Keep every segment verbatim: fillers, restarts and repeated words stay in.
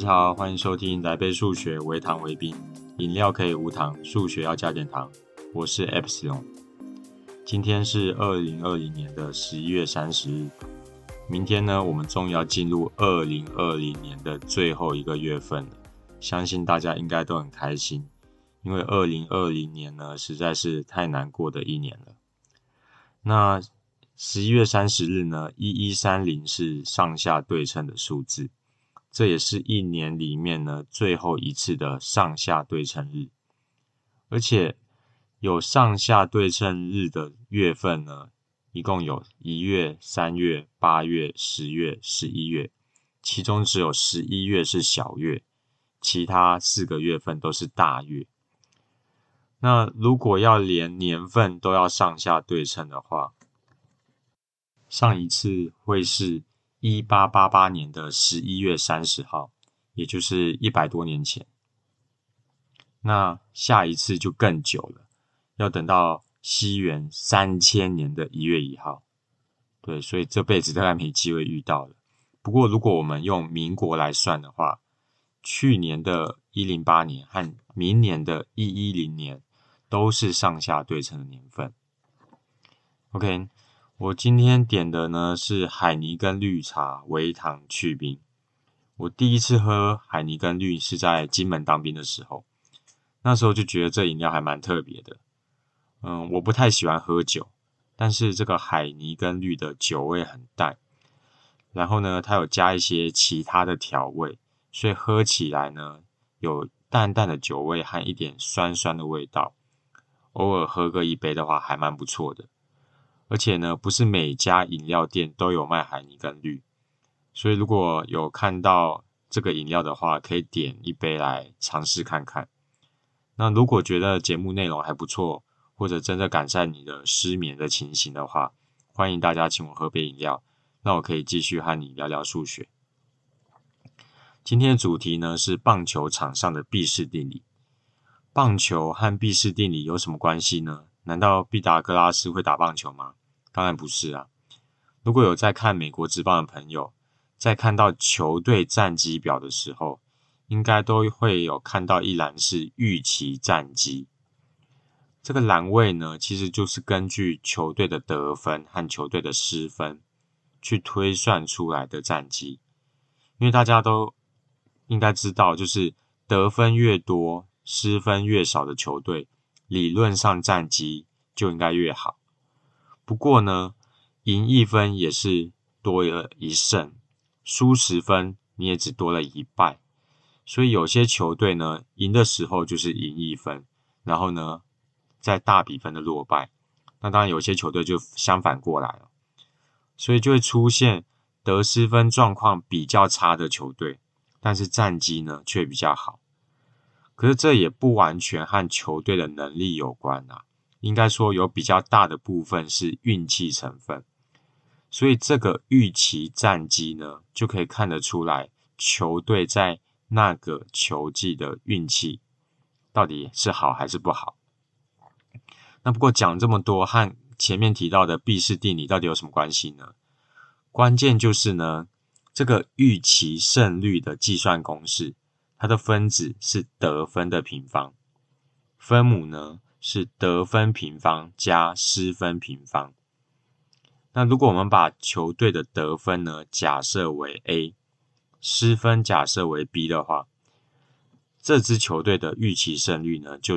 家好，欢迎收听来杯数学，微糖微冰，饮料可以无糖，数学要加点糖。我是 Epsilon。今天是二零二零年的十一月三十日，明天呢，我们终于要进入二零二零年的最后一个月份了。相信大家应该都很开心，因为二零二零年呢，实在是太难过的一年了。那十一月三十日呢，一一三零是上下对称的数字。这也是一年里面呢最后一次的上下对称日，而且有上下对称日的月份呢，一共有一月、三月、八月、十月、十一月，其中只有十一月是小月，其他四个月份都是大月。那如果要连年份都要上下对称的话，上一次会是一八八八年的十一月三十号，也就是一百多年前。那下一次就更久了，要等到西元三千年的一月一号。对，所以这辈子大概没机会遇到了。不过如果我们用民国来算的话，去年的一零八年和明年的一一零年都是上下对称的年份。OK。我今天点的呢是海尼根绿茶微糖去冰。我第一次喝海尼根绿是在金门当兵的时候，那时候就觉得这饮料还蛮特别的。嗯，我不太喜欢喝酒，但是这个海尼根绿的酒味很淡，然后呢，它有加一些其他的调味，所以喝起来呢有淡淡的酒味和一点酸酸的味道。偶尔喝个一杯的话，还蛮不错的。而且呢，不是每家饮料店都有卖海尼根绿，所以如果有看到这个饮料的话，可以点一杯来尝试看看。那如果觉得节目内容还不错，或者真的改善你的失眠的情形的话，欢迎大家请我喝杯饮料，那我可以继续和你聊聊数学。今天的主题呢是棒球场上的毕氏定理。棒球和毕氏定理有什么关系呢？难道毕达哥拉斯会打棒球吗？当然不是啊。如果有在看美国职棒的朋友，在看到球队战绩表的时候，应该都会有看到一栏是预期战绩。这个栏位呢，其实就是根据球队的得分和球队的失分去推算出来的战绩。因为大家都应该知道，就是得分越多失分越少的球队，理论上战绩就应该越好。不过呢，赢一分也是多了一胜，输十分你也只多了一败。所以有些球队呢，赢的时候就是赢一分，然后呢，再大比分的落败。那当然有些球队就相反过来了，所以就会出现得失分状况比较差的球队，但是战绩呢却比较好。可是这也不完全和球队的能力有关啊，应该说有比较大的部分是运气成分。所以这个预期战绩呢，就可以看得出来球队在那个球季的运气到底是好还是不好。那不过讲这么多，和前面提到的毕氏定理到底有什么关系呢？关键就是呢，这个预期胜率的计算公式，它的分子是得分的平方，分母呢是得分平方加失分平方。那如果我们把球队的得分呢假设为 A， 失分假设为 B 的话，这支球队的预期胜率呢就是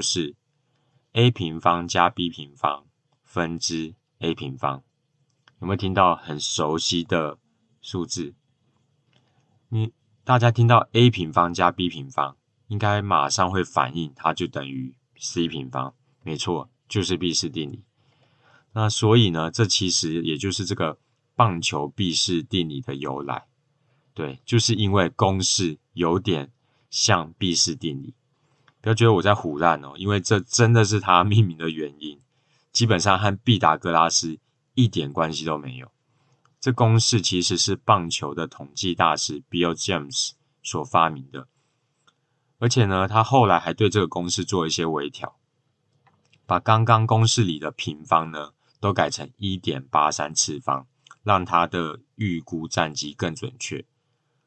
A 平方加 B 平方分之 A 平方。有没有听到很熟悉的数字？你大家听到 A 平方加 B 平方，应该马上会反应它就等于 C 平方。没错，就是毕氏定理。那所以呢，这其实也就是这个棒球毕氏定理的由来。对，就是因为公式有点像毕氏定理。不要觉得我在唬烂哦，因为这真的是它命名的原因，基本上和毕达哥拉斯一点关系都没有。这公式其实是棒球的统计大师 Bill James 所发明的，而且呢，他后来还对这个公式做一些微调，把刚刚公式里的平方呢都改成 一点八三次方，让它的预估战绩更准确。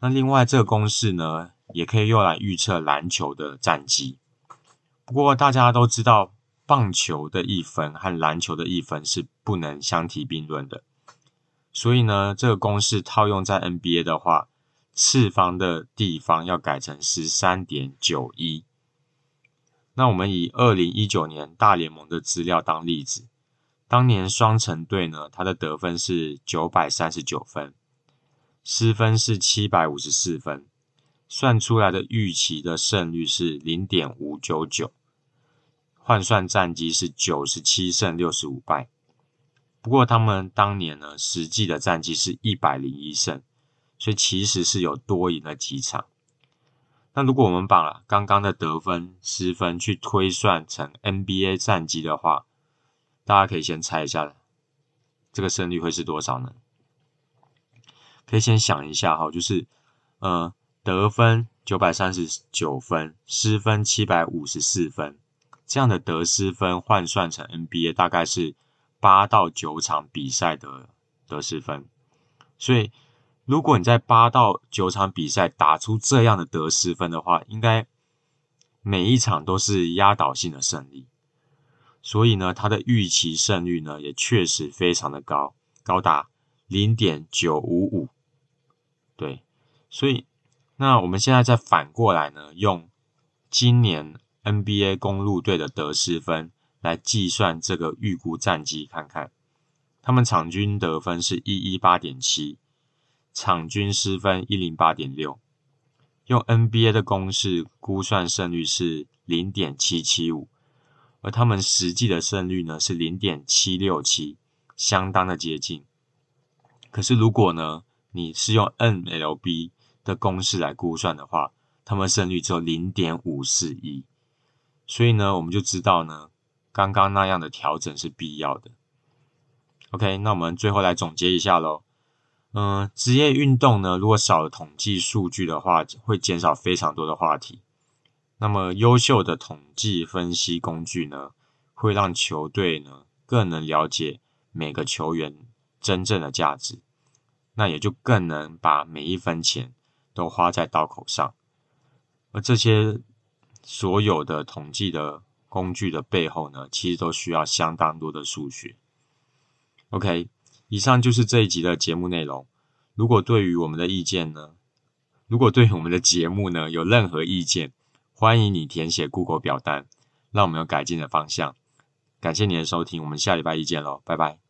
那另外这个公式呢，也可以用来预测篮球的战绩。不过大家都知道，棒球的一分和篮球的一分是不能相提并论的。所以呢，这个公式套用在 N B A 的话，次方的地方要改成 十三点九一。那我们以二零一九年大联盟的资料当例子，当年双城队呢，它的得分是九百三十九分，失分是七百五十四分，算出来的预期的胜率是 零点五九九， 换算战绩是九十七胜六十五败。不过他们当年呢，实际的战绩是一百零一胜，所以其实是有多赢了几场。那如果我们把刚刚的得分、失分去推算成 N B A 战绩的话，大家可以先猜一下，这个胜率会是多少呢？可以先想一下哈，就是呃得分九百三十九分，失分七百五十四分，这样的得失分换算成 N B A 大概是八到九场比赛的得失分。所以如果你在八到九场比赛打出这样的得失分的话，应该每一场都是压倒性的胜利。所以呢，它的预期胜率呢也确实非常的高，高达 零点九五五。对，所以那我们现在再反过来呢，用今年 N B A 公鹿队的得失分来计算这个预估战绩看看。他们场均得分是 一百一十八点七，场均失分 一百零八点六， 用 N B A 的公式估算胜率是 零点七七五， 而他们实际的胜率呢是 零点七六七， 相当的接近。可是如果呢你是用 N L B 的公式来估算的话，他们胜率只有 零点五四一， 所以呢我们就知道呢刚刚那样的调整是必要的。OK， 那我们最后来总结一下咯。嗯，职业运动呢，如果少了统计数据的话，会减少非常多的话题。那么优秀的统计分析工具呢，会让球队呢更能了解每个球员真正的价值，那也就更能把每一分钱都花在刀口上。而这些所有的统计的工具的背后呢，其实都需要相当多的数学。OK， 以上就是这一集的节目内容。如果对于我们的意见呢，如果对于我们的节目呢有任何意见，欢迎你填写 Google 表单，让我们有改进的方向。感谢你的收听，我们下礼拜一见咯，拜拜。